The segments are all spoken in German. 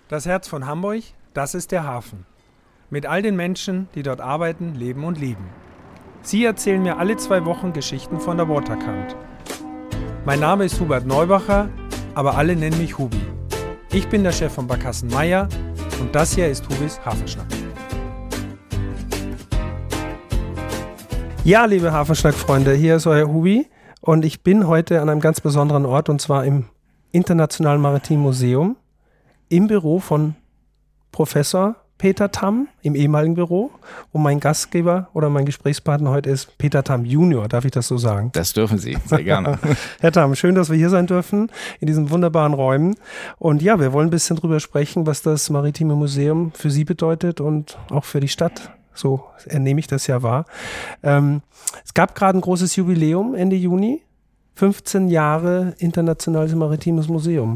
Das Herz von Hamburg, das ist der Hafen. Mit all den Menschen, die dort arbeiten, leben und lieben. Sie erzählen mir alle 2 Wochen Geschichten von der Waterkant. Mein Name ist Hubert Neubacher, aber alle nennen mich Hubi. Ich bin der Chef von Barkassen Meier und das hier ist Hubis Hafenschnack. Ja, liebe Hafenschnack-Freunde, hier ist euer Hubi und ich bin heute an einem ganz besonderen Ort und zwar im Internationalen Maritimen Museum im Büro von Professor Peter Tamm, im ehemaligen Büro. Und mein Gastgeber oder mein Gesprächspartner heute ist Peter Tamm Junior. Darf ich das so sagen? Das dürfen Sie, sehr gerne. Herr Tamm, schön, dass wir hier sein dürfen, in diesen wunderbaren Räumen. Und ja, wir wollen ein bisschen drüber sprechen, was das Maritime Museum für Sie bedeutet und auch für die Stadt. So nehme ich das ja wahr. Es gab gerade ein großes Jubiläum Ende Juni. 15 Jahre Internationales Maritimes Museum.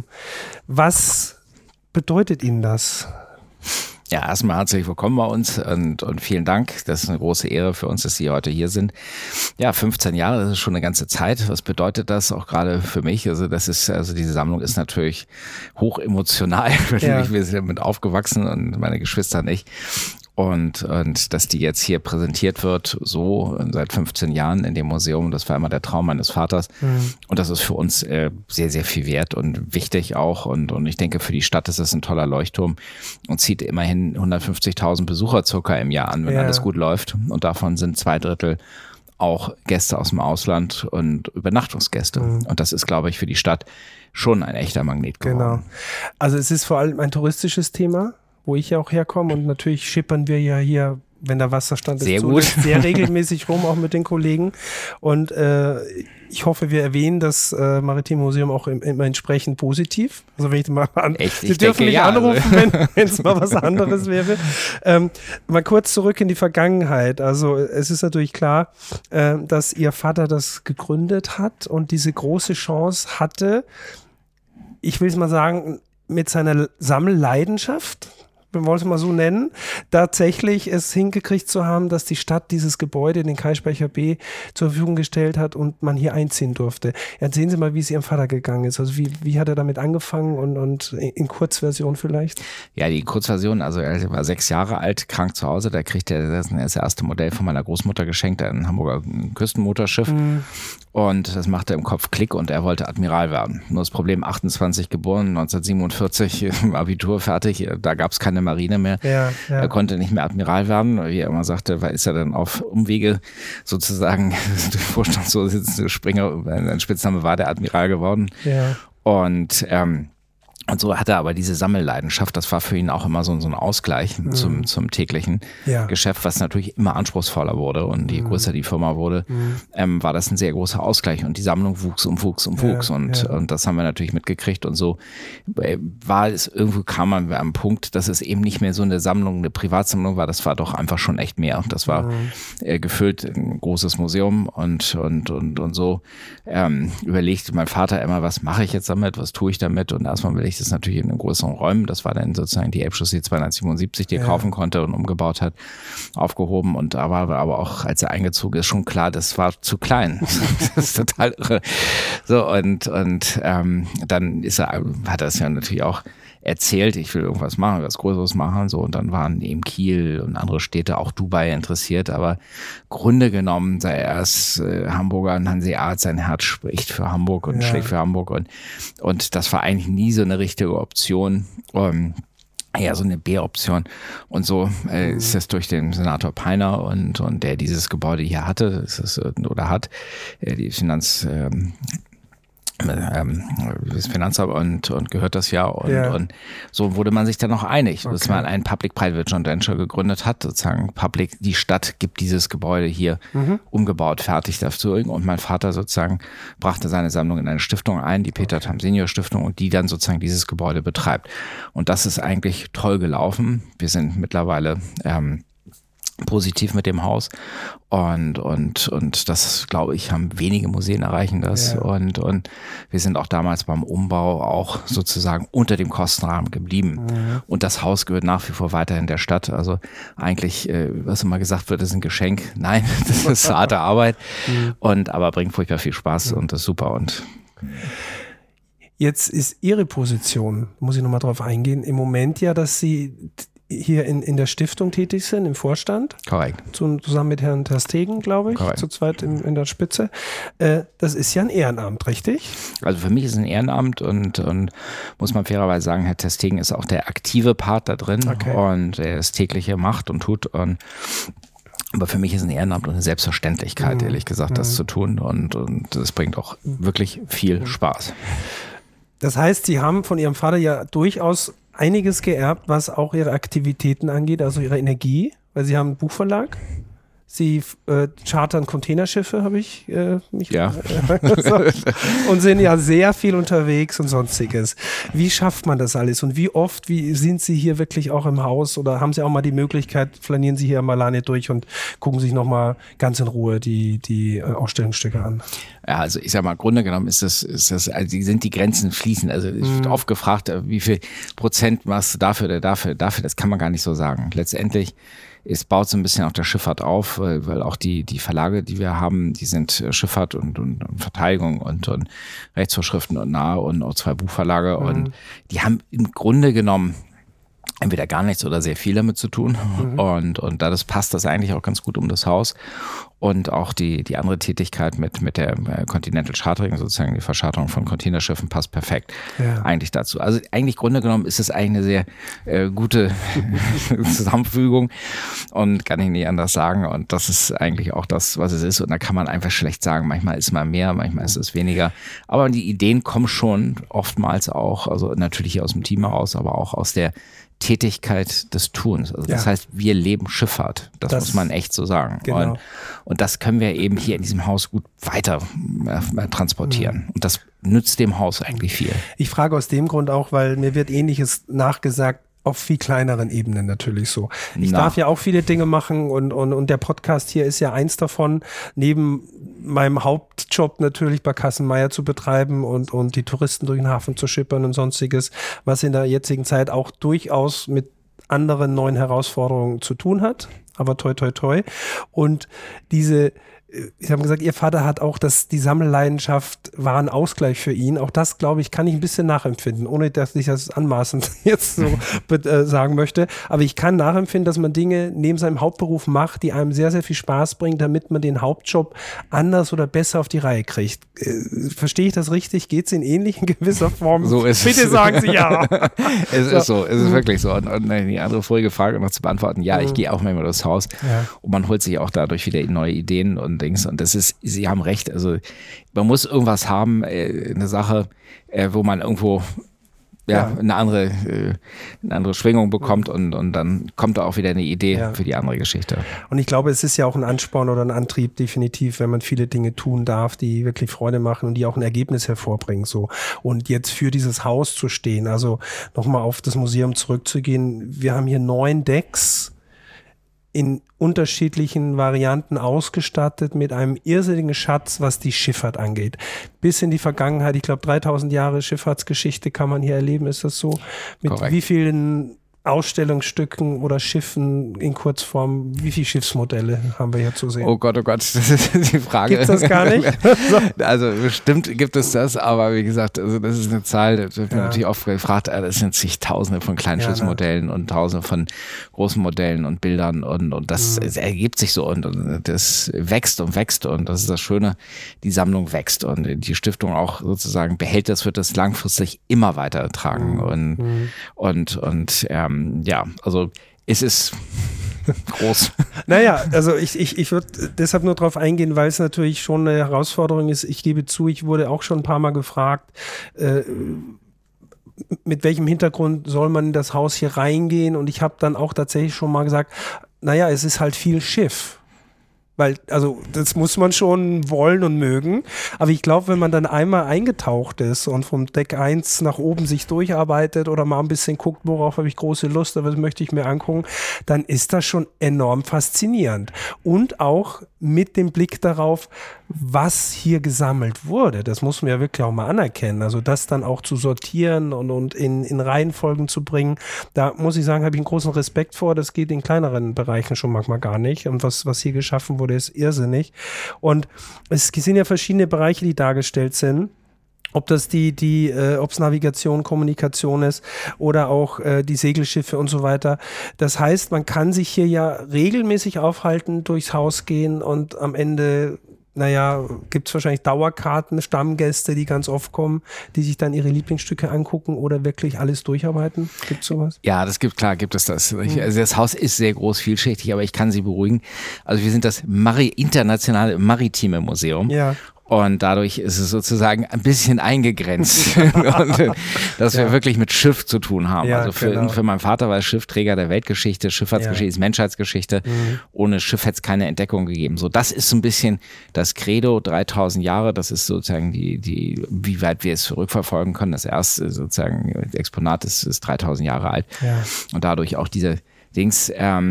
Was bedeutet Ihnen das? Ja, erstmal herzlich willkommen bei uns und vielen Dank. Das ist eine große Ehre für uns, dass Sie heute hier sind. Ja, 15 Jahre, das ist schon eine ganze Zeit. Was bedeutet das auch gerade für mich? Also diese Sammlung ist natürlich hoch emotional. Ja. Wir sind damit aufgewachsen und meine Geschwister nicht. Und dass die jetzt hier präsentiert wird, so seit 15 Jahren in dem Museum, das war immer der Traum meines Vaters. Mhm. Und das ist für uns sehr, sehr viel wert und wichtig auch. Und ich denke, für die Stadt ist es ein toller Leuchtturm und zieht immerhin 150.000 Besucher circa im Jahr an, wenn alles gut läuft. Und davon sind 2/3 auch Gäste aus dem Ausland und Übernachtungsgäste. Mhm. Und das ist, glaube ich, für die Stadt schon ein echter Magnet geworden. Genau. Also es ist vor allem ein touristisches Thema, wo ich ja auch herkomme und natürlich schippern wir ja hier, wenn der Wasserstand ist, sehr regelmäßig rum, auch mit den Kollegen und ich hoffe, wir erwähnen das Maritime Museum auch immer entsprechend positiv. Also wenn ich mal Sie dürfen mich anrufen, wenn es mal was anderes wäre. Mal kurz zurück in die Vergangenheit. Also es ist natürlich klar, dass Ihr Vater das gegründet hat und diese große Chance hatte, ich will es mal sagen, mit seiner Sammelleidenschaft, wir wollen es mal so nennen, tatsächlich es hingekriegt zu haben, dass die Stadt dieses Gebäude, den Kaispeicher B, zur Verfügung gestellt hat und man hier einziehen durfte. Erzählen Sie mal, wie es Ihrem Vater gegangen ist. Also wie hat er damit angefangen und in Kurzversion vielleicht? Ja, die Kurzversion, also er war 6 Jahre alt, krank zu Hause, da kriegt er das erste Modell von meiner Großmutter geschenkt, ein Hamburger Küstenmotorschiff. Mhm. Und das machte im Kopf Klick und er wollte Admiral werden. Nur das Problem, 28 geboren, 1947 im Abitur fertig, da gab es keine Marine mehr. Ja. Er konnte nicht mehr Admiral werden, wie er immer sagte, weil ist er dann auf Umwege sozusagen durch Vorstandsvorsitzende Springer, sein Spitzname war der Admiral geworden. Ja. Und so hatte er aber diese Sammelleidenschaft, das war für ihn auch immer so ein Ausgleich zum täglichen Geschäft, was natürlich immer anspruchsvoller wurde und je größer die Firma wurde, war das ein sehr großer Ausgleich und die Sammlung wuchs und das haben wir natürlich mitgekriegt und so kam man an einem Punkt, dass es eben nicht mehr so eine Sammlung, eine Privatsammlung war, das war doch einfach schon echt mehr. Das war gefüllt ein großes Museum und so überlegte mein Vater immer, was mache ich jetzt damit, was tue ich damit und erstmal will ich das natürlich in den größeren Räumen, das war dann sozusagen die Elbchaussee 277, die er kaufen konnte und umgebaut hat, aufgehoben und da war aber auch, als er eingezogen ist, schon klar, das war zu klein. Das ist total irre. So und dann hat er es ja natürlich auch erzählt, ich will irgendwas machen, was Größeres machen, so und dann waren eben Kiel und andere Städte, auch Dubai interessiert, aber Grunde genommen sei er erst Hamburger und Hanseat, sein Herz spricht für Hamburg und schlägt für Hamburg und das war eigentlich nie so eine richtige Option. Ja, so eine B-Option. Und so ist es durch den Senator Peiner und der dieses Gebäude hier hatte, die Finanzamt und gehört das ja und so wurde man sich dann auch einig, dass man ein Public-Private Joint Venture gegründet hat, sozusagen die Stadt gibt dieses Gebäude hier umgebaut, fertig dazu und mein Vater sozusagen brachte seine Sammlung in eine Stiftung ein, die Peter Tamm Senior Stiftung und die dann sozusagen dieses Gebäude betreibt und das ist eigentlich toll gelaufen. Wir sind mittlerweile positiv mit dem Haus und das, glaube ich, haben wenige Museen erreichen das und wir sind auch damals beim Umbau auch sozusagen unter dem Kostenrahmen geblieben und das Haus gehört nach wie vor weiterhin der Stadt, also eigentlich, was immer gesagt wird, ist ein Geschenk, nein, das ist harte Arbeit aber bringt furchtbar viel Spaß und das ist super und Jetzt ist Ihre Position, muss ich nochmal drauf eingehen, im Moment ja, dass Sie hier in der Stiftung tätig sind, im Vorstand. Korrekt. Zusammen mit Herrn Terstegen, glaube ich, Korrekt. zu zweit in der Spitze. Das ist ja ein Ehrenamt, richtig? Also für mich ist es ein Ehrenamt und muss man fairerweise sagen, Herr Terstegen ist auch der aktive Part da drin und er ist tägliche Macht und tut aber für mich ist ein Ehrenamt und eine Selbstverständlichkeit, ehrlich gesagt, das zu tun und das bringt auch wirklich viel Spaß. Das heißt, Sie haben von Ihrem Vater ja durchaus einiges geerbt, was auch Ihre Aktivitäten angeht, also Ihre Energie, weil Sie haben einen Buchverlag. Sie chartern Containerschiffe, habe ich mich und sind ja sehr viel unterwegs und sonstiges. Wie schafft man das alles und wie oft, sind Sie hier wirklich auch im Haus oder haben Sie auch mal die Möglichkeit, flanieren Sie hier mal alleine durch und gucken sich nochmal ganz in Ruhe die Ausstellungsstücke an? Ja, also ich sag mal, im Grunde genommen ist das, also sind die Grenzen fließend. Also ich wurde oft gefragt, wie viel Prozent machst du dafür oder dafür, das kann man gar nicht so sagen. Letztendlich es baut so ein bisschen auf der Schifffahrt auf, weil auch die Verlage, die wir haben, die sind Schifffahrt und Verteidigung und Rechtsvorschriften und nahe und auch 2 Buchverlage und die haben im Grunde genommen entweder gar nichts oder sehr viel damit zu tun und da passt das eigentlich auch ganz gut um das Haus und auch die andere Tätigkeit mit der Continental Chartering, sozusagen die Verscharterung von Containerschiffen, passt perfekt eigentlich dazu. Also eigentlich Grunde genommen ist es eigentlich eine sehr gute Zusammenfügung und kann ich nicht anders sagen und das ist eigentlich auch das, was es ist und da kann man einfach schlecht sagen, manchmal ist mal mehr, manchmal ist es weniger, aber die Ideen kommen schon oftmals auch, also natürlich aus dem Team heraus, aber auch aus der Tätigkeit des Tuns. Also das heißt, wir leben Schifffahrt. Das muss man echt so sagen. Genau. Und das können wir eben hier in diesem Haus gut weiter transportieren. Und das nützt dem Haus eigentlich viel. Ich frage aus dem Grund auch, weil mir wird Ähnliches nachgesagt, auf viel kleineren Ebenen natürlich so. Ich darf ja auch viele Dinge machen und der Podcast hier ist ja eins davon, neben meinem Hauptjob natürlich bei Kassenmeier zu betreiben und die Touristen durch den Hafen zu schippern und sonstiges, was in der jetzigen Zeit auch durchaus mit anderen neuen Herausforderungen zu tun hat. Aber toi, toi, toi. Und Sie haben gesagt, Ihr Vater hat auch die Sammelleidenschaft war ein Ausgleich für ihn. Auch das, glaube ich, kann ich ein bisschen nachempfinden, ohne dass ich das anmaßend jetzt so sagen möchte. Aber ich kann nachempfinden, dass man Dinge neben seinem Hauptberuf macht, die einem sehr, sehr viel Spaß bringen, damit man den Hauptjob anders oder besser auf die Reihe kriegt. Verstehe ich das richtig? Geht es in ähnlich in gewisser Form? So ist Bitte es. Sagen Sie ja. Es ist so, es ist wirklich so. Und die andere vorige Frage noch zu beantworten, ja, ich gehe auch manchmal durchs Haus und man holt sich auch dadurch wieder neue Ideen und Dings. Und das ist, Sie haben recht, also man muss irgendwas haben, eine Sache, wo man irgendwo eine andere Schwingung bekommt und dann kommt da auch wieder eine Idee für die andere Geschichte. Und ich glaube, es ist ja auch ein Ansporn oder ein Antrieb definitiv, wenn man viele Dinge tun darf, die wirklich Freude machen und die auch ein Ergebnis hervorbringen. So. Und jetzt für dieses Haus zu stehen, also nochmal auf das Museum zurückzugehen, wir haben hier 9 Decks in unterschiedlichen Varianten ausgestattet mit einem irrsinnigen Schatz, was die Schifffahrt angeht. Bis in die Vergangenheit, ich glaube 3000 Jahre Schifffahrtsgeschichte kann man hier erleben, ist das so? Mit Korrekt. Wie vielen Ausstellungsstücken oder Schiffen in Kurzform, wie viele Schiffsmodelle haben wir hier zu sehen? Oh Gott, das ist die Frage. Gibt es das gar nicht? Also bestimmt gibt es das, aber wie gesagt, also das ist eine Zahl, das wird mir natürlich oft gefragt, das sind zigtausende von kleinen Schiffsmodellen und tausende von großen Modellen und Bildern und das ergibt sich so und das wächst und wächst und das ist das Schöne, die Sammlung wächst und die Stiftung auch sozusagen behält das, wird das langfristig immer weiter tragen also es ist groß. Naja, also ich würde deshalb nur darauf eingehen, weil es natürlich schon eine Herausforderung ist. Ich gebe zu, ich wurde auch schon ein paar Mal gefragt, mit welchem Hintergrund soll man in das Haus hier reingehen? Und ich habe dann auch tatsächlich schon mal gesagt, naja, es ist halt viel Schiff. Weil, also das muss man schon wollen und mögen. Aber ich glaube, wenn man dann einmal eingetaucht ist und vom Deck 1 nach oben sich durcharbeitet oder mal ein bisschen guckt, worauf habe ich große Lust, was möchte ich mir angucken, dann ist das schon enorm faszinierend. Und auch mit dem Blick darauf, was hier gesammelt wurde. Das muss man ja wirklich auch mal anerkennen. Also das dann auch zu sortieren und in Reihenfolgen zu bringen, da muss ich sagen, habe ich einen großen Respekt vor. Das geht in kleineren Bereichen schon manchmal gar nicht. Und was hier geschaffen wurde, ist irrsinnig. Und es sind ja verschiedene Bereiche, die dargestellt sind. Ob das ob's Navigation, Kommunikation ist oder auch die Segelschiffe und so weiter. Das heißt, man kann sich hier ja regelmäßig aufhalten, durchs Haus gehen und am Ende, gibt es wahrscheinlich Dauerkarten, Stammgäste, die ganz oft kommen, die sich dann ihre Lieblingsstücke angucken oder wirklich alles durcharbeiten? Gibt es sowas? Ja, gibt es das. Also das Haus ist sehr groß, vielschichtig, aber ich kann Sie beruhigen. Also wir sind das internationale maritime Museum. Ja. Und dadurch ist es sozusagen ein bisschen eingegrenzt, und, dass wir wirklich mit Schiff zu tun haben. Ja, also für meinen Vater war es Schiffträger der Weltgeschichte, Schifffahrtsgeschichte ist Menschheitsgeschichte. Ohne Schiff hätte es keine Entdeckung gegeben. So, das ist so ein bisschen das Credo, 3000 Jahre, das ist sozusagen wie weit wir es zurückverfolgen können. Das erste sozusagen Exponat ist 3000 Jahre alt. Ja. Und dadurch auch diese Dings,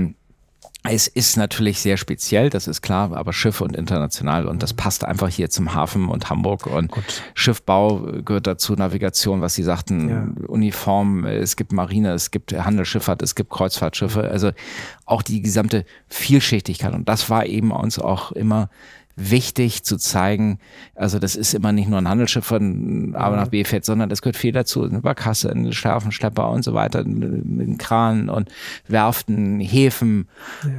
es ist natürlich sehr speziell, das ist klar, aber Schiff und international und das passt einfach hier zum Hafen und Hamburg und Schiffbau gehört dazu, Navigation, was Sie sagten, Uniform, es gibt Marine, es gibt Handelsschifffahrt, es gibt Kreuzfahrtschiffe, also auch die gesamte Vielschichtigkeit und das war eben uns auch immer wichtig zu zeigen, also das ist immer nicht nur ein Handelsschiff von A nach B fährt, sondern es gehört viel dazu, eine Barkasse, ein Schärfenschlepper und so weiter, ein Kran und Werften, Häfen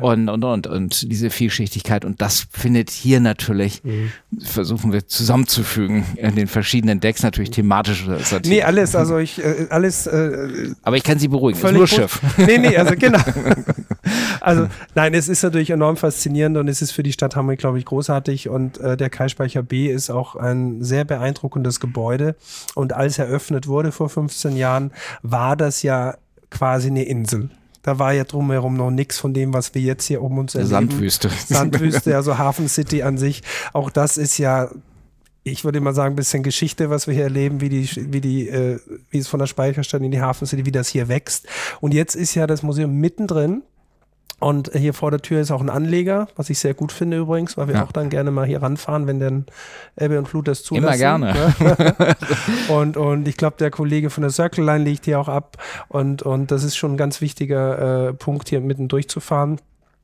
und diese Vielschichtigkeit und das findet hier natürlich, versuchen wir zusammenzufügen in den verschiedenen Decks, natürlich thematisch sortiert. Nee, alles, also aber ich kann Sie beruhigen, es ist nur Schiff. Nee, also genau. Also nein, es ist natürlich enorm faszinierend und es ist für die Stadt Hamburg, glaube ich, großartig und der Kai-Speicher B ist auch ein sehr beeindruckendes Gebäude und als eröffnet wurde vor 15 Jahren, war das ja quasi eine Insel. Da war ja drumherum noch nichts von dem, was wir jetzt hier um uns erleben. Sandwüste, also Hafen City an sich. Auch das ist ja, ich würde mal sagen, ein bisschen Geschichte, was wir hier erleben, wie es von der Speicherstadt in die Hafen City, wie das hier wächst. Und jetzt ist ja das Museum mittendrin. Und hier vor der Tür ist auch ein Anleger, was ich sehr gut finde übrigens, weil wir auch dann gerne mal hier ranfahren, wenn dann Ebbe und Flut das zulassen. Immer gerne. Und ich glaube, der Kollege von der Circle Line liegt hier auch ab und das ist schon ein ganz wichtiger Punkt, hier mitten durchzufahren.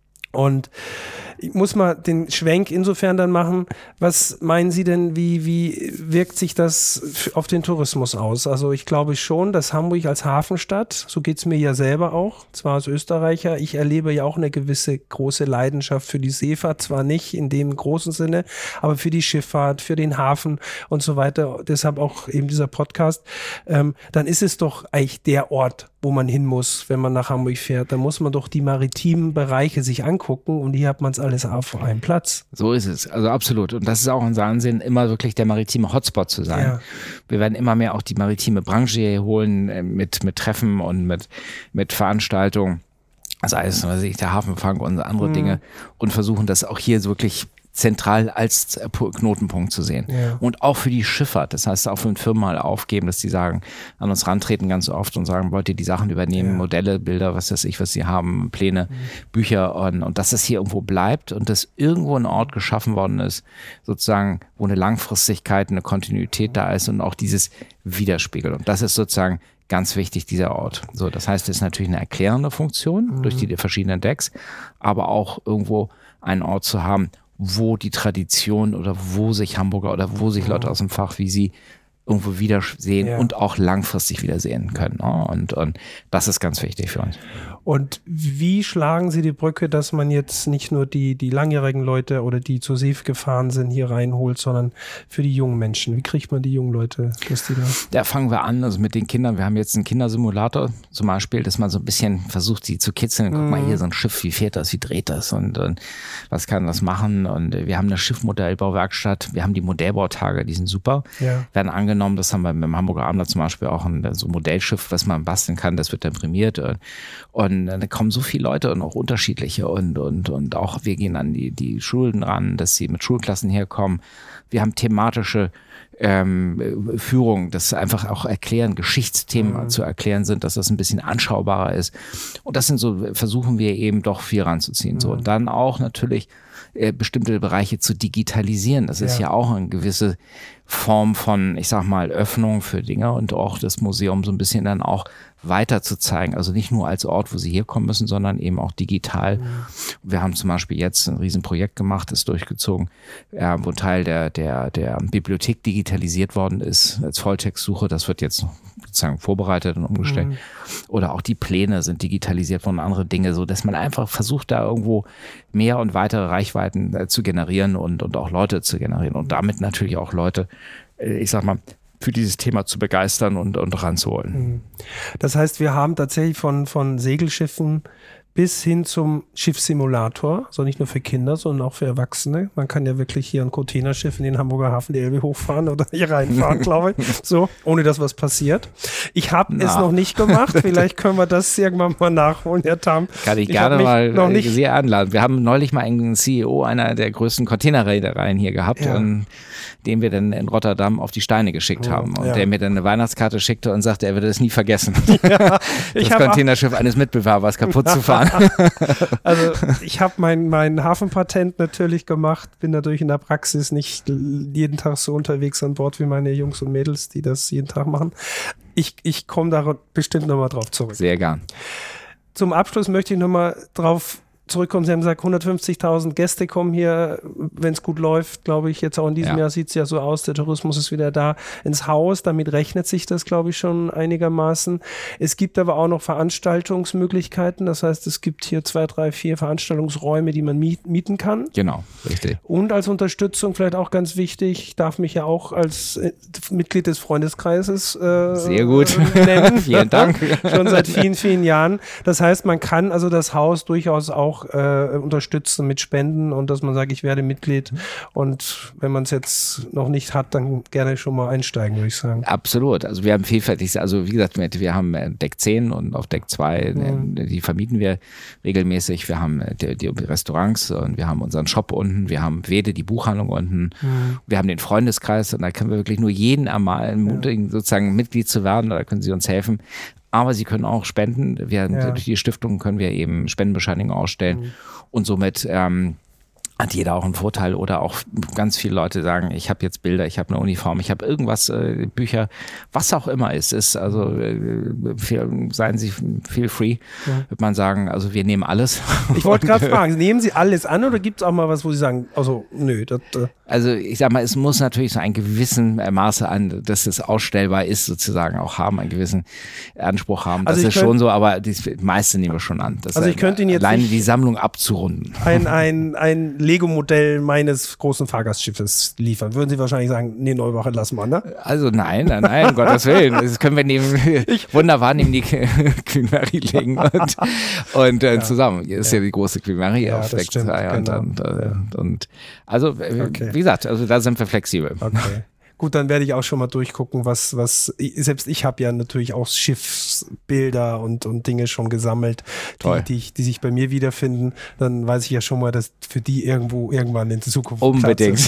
Und ich muss mal den Schwenk insofern dann machen, was meinen Sie denn, wie wirkt sich das auf den Tourismus aus? Also ich glaube schon, dass Hamburg als Hafenstadt, so geht's mir ja selber auch, zwar als Österreicher, ich erlebe ja auch eine gewisse große Leidenschaft für die Seefahrt, zwar nicht in dem großen Sinne, aber für die Schifffahrt, für den Hafen und so weiter, deshalb auch eben dieser Podcast, dann ist es doch eigentlich der Ort, wo man hin muss, wenn man nach Hamburg fährt. Da muss man doch die maritimen Bereiche sich angucken und hier hat man es alles auf einem Platz. So ist es, also absolut. Und das ist auch unser Ansehen, immer wirklich der maritime Hotspot zu sein. Ja. Wir werden immer mehr auch die maritime Branche hier holen, mit Treffen und mit Veranstaltungen. Also alles, der Hafenfang und andere Dinge und versuchen das auch hier so wirklich zentral als Knotenpunkt zu sehen. Ja. Und auch für die Schifffahrt. Das heißt, auch für den Firmen mal aufgeben, dass die sagen, an uns rantreten ganz oft und sagen, wollt ihr die Sachen übernehmen, Modelle, Bilder, was weiß ich, was sie haben, Pläne, Bücher und dass das hier irgendwo bleibt und dass irgendwo ein Ort geschaffen worden ist, sozusagen, wo eine Langfristigkeit, eine Kontinuität da ist und auch dieses Widerspiegel. Und das ist sozusagen ganz wichtig, dieser Ort. So, das heißt, es ist natürlich eine erklärende Funktion durch die verschiedenen Decks, aber auch irgendwo einen Ort zu haben, wo die Tradition oder wo sich Hamburger oder wo sich Leute aus dem Fach wie Sie irgendwo wiedersehen und auch langfristig wiedersehen können. Und das ist ganz wichtig für uns. Und wie schlagen Sie die Brücke, dass man jetzt nicht nur die langjährigen Leute oder die zur See gefahren sind, hier reinholt, sondern für die jungen Menschen? Wie kriegt man die jungen Leute, dass die da? Da fangen wir an, also mit den Kindern. Wir haben jetzt einen Kindersimulator zum Beispiel, dass man so ein bisschen versucht, sie zu kitzeln. Guck mal hier, so ein Schiff, wie fährt das, wie dreht das und was kann das machen? Und wir haben eine Schiffmodellbauwerkstatt, wir haben die Modellbautage, die sind super. Ja. Werden angenommen, das haben wir mit dem Hamburger Abendblatt zum Beispiel auch so ein Modellschiff, was man basteln kann, das wird dann prämiert. Und da kommen so viele Leute und auch unterschiedliche und auch wir gehen an die Schulen ran, dass sie mit Schulklassen herkommen. Wir haben thematische Führung, dass einfach auch Geschichtsthemen zu erklären sind, dass das ein bisschen anschaubarer ist. Und das sind so, versuchen wir eben doch viel ranzuziehen. So. Und dann auch natürlich bestimmte Bereiche zu digitalisieren. Das ist ja auch eine gewisse Form von, ich sag mal, Öffnung für Dinge und auch das Museum so ein bisschen dann auch weiter zu zeigen. Also nicht nur als Ort, wo sie hier kommen müssen, sondern eben auch digital. Wir haben zum Beispiel jetzt ein Riesenprojekt gemacht, ist durchgezogen, wo ein Teil der Bibliothek digitalisiert worden ist als Volltextsuche. Das wird jetzt sozusagen vorbereitet und umgestellt. Oder auch die Pläne sind digitalisiert worden, andere Dinge, so dass man einfach versucht, da irgendwo mehr und weitere Reichweiten zu generieren und auch Leute zu generieren und damit natürlich auch Leute, ich sag mal, für dieses Thema zu begeistern und ranzuholen. Das heißt, wir haben tatsächlich von Segelschiffen bis hin zum Schiffssimulator, also nicht nur für Kinder, sondern auch für Erwachsene. Man kann ja wirklich hier ein Containerschiff in den Hamburger Hafen der Elbe hochfahren oder hier reinfahren, glaube ich, so, ohne dass was passiert. Ich habe es noch nicht gemacht, vielleicht können wir das irgendwann mal nachholen, Herr Tam. Kann ich gerne mal sehr anladen. Wir haben neulich mal einen CEO einer der größten Containerreedereien hier gehabt, den wir dann in Rotterdam auf die Steine geschickt haben und der mir dann eine Weihnachtskarte schickte und sagte, er würde es nie vergessen, das Containerschiff eines Mitbewerbers kaputt zu fahren. Also ich habe mein Hafenpatent natürlich gemacht, bin natürlich in der Praxis nicht jeden Tag so unterwegs an Bord wie meine Jungs und Mädels, die das jeden Tag machen. Ich komme da bestimmt nochmal drauf zurück. Sehr gern. Zum Abschluss möchte ich nochmal drauf zurückkommen. Sie haben gesagt, 150.000 Gäste kommen hier, wenn es gut läuft, glaube ich, jetzt auch in diesem Jahr sieht es ja so aus, der Tourismus ist wieder da, ins Haus, damit rechnet sich das, glaube ich, schon einigermaßen. Es gibt aber auch noch Veranstaltungsmöglichkeiten, das heißt, es gibt hier 2, 3, 4 Veranstaltungsräume, die man mieten kann. Genau, richtig. Und als Unterstützung, vielleicht auch ganz wichtig, ich darf mich ja auch als Mitglied des Freundeskreises sehr gut nennen. Vielen Dank. Schon seit vielen, vielen Jahren. Das heißt, man kann also das Haus durchaus auch unterstützen mit Spenden und dass man sagt, ich werde Mitglied und wenn man es jetzt noch nicht hat, dann gerne schon mal einsteigen, würde ich sagen. Absolut. Also wir haben vielfältig, also wie gesagt, wir haben Deck 10 und auf Deck 2, die vermieten wir regelmäßig. Wir haben die Restaurants und wir haben unseren Shop unten, wir haben Wede, die Buchhandlung unten, wir haben den Freundeskreis und da können wir wirklich nur jeden ermutigen, sozusagen Mitglied zu werden, da können Sie uns helfen. Aber Sie können auch spenden. Durch die Stiftung können wir eben Spendenbescheinigungen ausstellen. Und somit hat jeder auch einen Vorteil. Oder auch ganz viele Leute sagen, ich habe jetzt Bilder, ich habe eine Uniform, ich habe irgendwas, Bücher, was auch immer es ist. Also seien Sie feel free, würde man sagen. Also wir nehmen alles. Ich wollte gerade fragen, nehmen Sie alles an oder gibt es auch mal was, wo Sie sagen, also nö, das... Also ich sag mal, es muss natürlich so einen gewissen Maße an, dass es ausstellbar ist, sozusagen auch haben, einen gewissen Anspruch haben. Das ist schon so, aber das meiste nehmen wir schon an. Das also ich könnte Ihnen jetzt alleine die Sammlung abzurunden. Ein Lego-Modell meines großen Fahrgastschiffes liefern. Würden Sie wahrscheinlich sagen, nee, Neubacher lassen wir, ne? Also nein, um Gottes Willen. Das können wir wunderbar neben die Queen Mary legen und zusammen. Hier ist ja die große Queen Mary auf Deck 2 und also wie gesagt, also da sind wir flexibel. Okay. Gut, dann werde ich auch schon mal durchgucken, was selbst ich habe ja natürlich auch Schiffsbilder und Dinge schon gesammelt, die sich bei mir wiederfinden. Dann weiß ich ja schon mal, dass für die irgendwann in Zukunft unbedingt.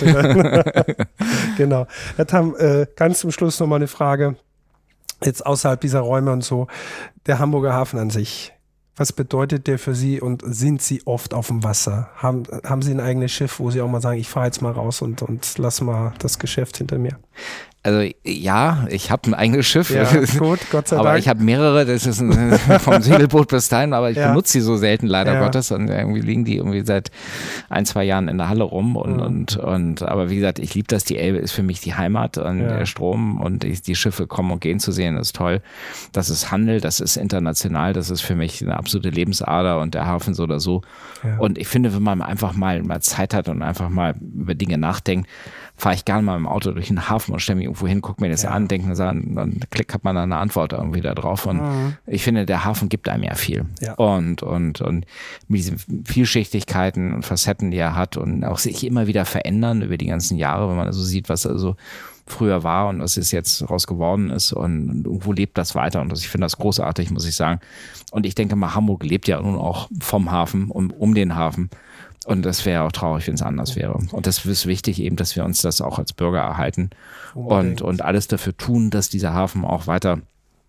Genau. Herr Tam, ganz zum Schluss noch mal eine Frage. Jetzt außerhalb dieser Räume und so, der Hamburger Hafen an sich. Was bedeutet der für Sie und sind Sie oft auf dem Wasser? Haben Sie ein eigenes Schiff, wo Sie auch mal sagen, ich fahre jetzt mal raus und lass mal das Geschäft hinter mir? Also ja, ich habe ein eigenes Schiff. Ja, gut, Gott sei Dank. Aber ich habe mehrere, das ist vom Segelboot bis dahin, aber ich benutze sie so selten leider Gottes und irgendwie liegen die irgendwie seit 1, 2 Jahren in der Halle rum und aber wie gesagt, ich liebe das, die Elbe ist für mich die Heimat und der Strom und die Schiffe kommen und gehen zu sehen, ist toll. Das ist Handel, das ist international, das ist für mich eine absolute Lebensader und der Hafen so oder so. Ja. Und ich finde, wenn man einfach mal Zeit hat und einfach mal über Dinge nachdenkt, fahre ich gerne mal im Auto durch den Hafen und stelle mich irgendwo hin, gucke mir das an, denke mir, dann klick, hat man da eine Antwort irgendwie da drauf. Und ich finde, der Hafen gibt einem ja viel. Ja. Und mit diesen Vielschichtigkeiten und Facetten, die er hat und auch sich immer wieder verändern über die ganzen Jahre, wenn man also sieht, was also früher war und was es jetzt raus geworden ist und irgendwo lebt das weiter und ich finde das großartig, muss ich sagen. Und ich denke mal, Hamburg lebt ja nun auch vom Hafen und um den Hafen. Und das wäre auch traurig, wenn es anders wäre. Und das ist wichtig eben, dass wir uns das auch als Bürger erhalten und alles dafür tun, dass dieser Hafen auch weiter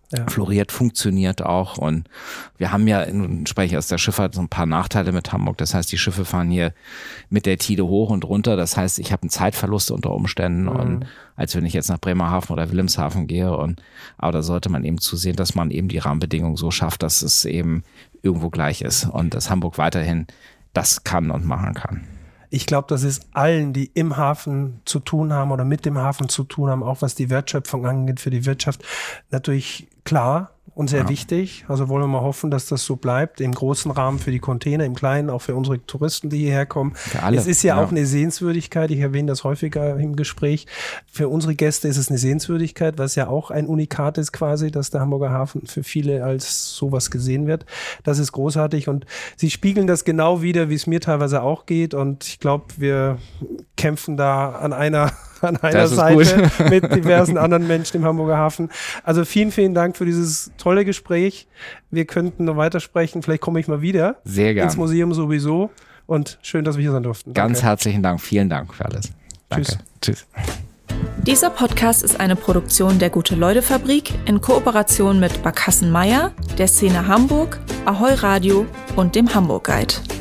floriert, funktioniert auch. Und wir haben ja, spreche ich aus der Schifffahrt, so ein paar Nachteile mit Hamburg. Das heißt, die Schiffe fahren hier mit der Tide hoch und runter. Das heißt, ich habe einen Zeitverlust unter Umständen, und als wenn ich jetzt nach Bremerhaven oder Wilhelmshaven gehe. Aber da sollte man eben zusehen, dass man eben die Rahmenbedingungen so schafft, dass es eben irgendwo gleich ist und dass Hamburg weiterhin das kann und machen kann. Ich glaube, das ist allen, die im Hafen zu tun haben oder mit dem Hafen zu tun haben, auch was die Wertschöpfung angeht für die Wirtschaft, natürlich klar und sehr wichtig. Also wollen wir mal hoffen, dass das so bleibt, im großen Rahmen für die Container, im kleinen auch für unsere Touristen, die hierher kommen. Für alle. Es ist ja auch eine Sehenswürdigkeit, ich erwähne das häufiger im Gespräch. Für unsere Gäste ist es eine Sehenswürdigkeit, was ja auch ein Unikat ist quasi, dass der Hamburger Hafen für viele als sowas gesehen wird. Das ist großartig und sie spiegeln das genau wieder, wie es mir teilweise auch geht, und ich glaube, wir kämpfen da an einer Seite mit diversen anderen Menschen im Hamburger Hafen. Also vielen, vielen Dank für dieses tolle Gespräch. Wir könnten noch weitersprechen. Vielleicht komme ich mal wieder. Sehr gerne. Ins Museum sowieso. Und schön, dass wir hier sein durften. Ganz herzlichen Dank. Vielen Dank für alles. Danke. Tschüss. Dieser Podcast ist eine Produktion der Gute-Leute-Fabrik in Kooperation mit Barkassen Meier, der Szene Hamburg, Ahoi Radio und dem Hamburg Guide.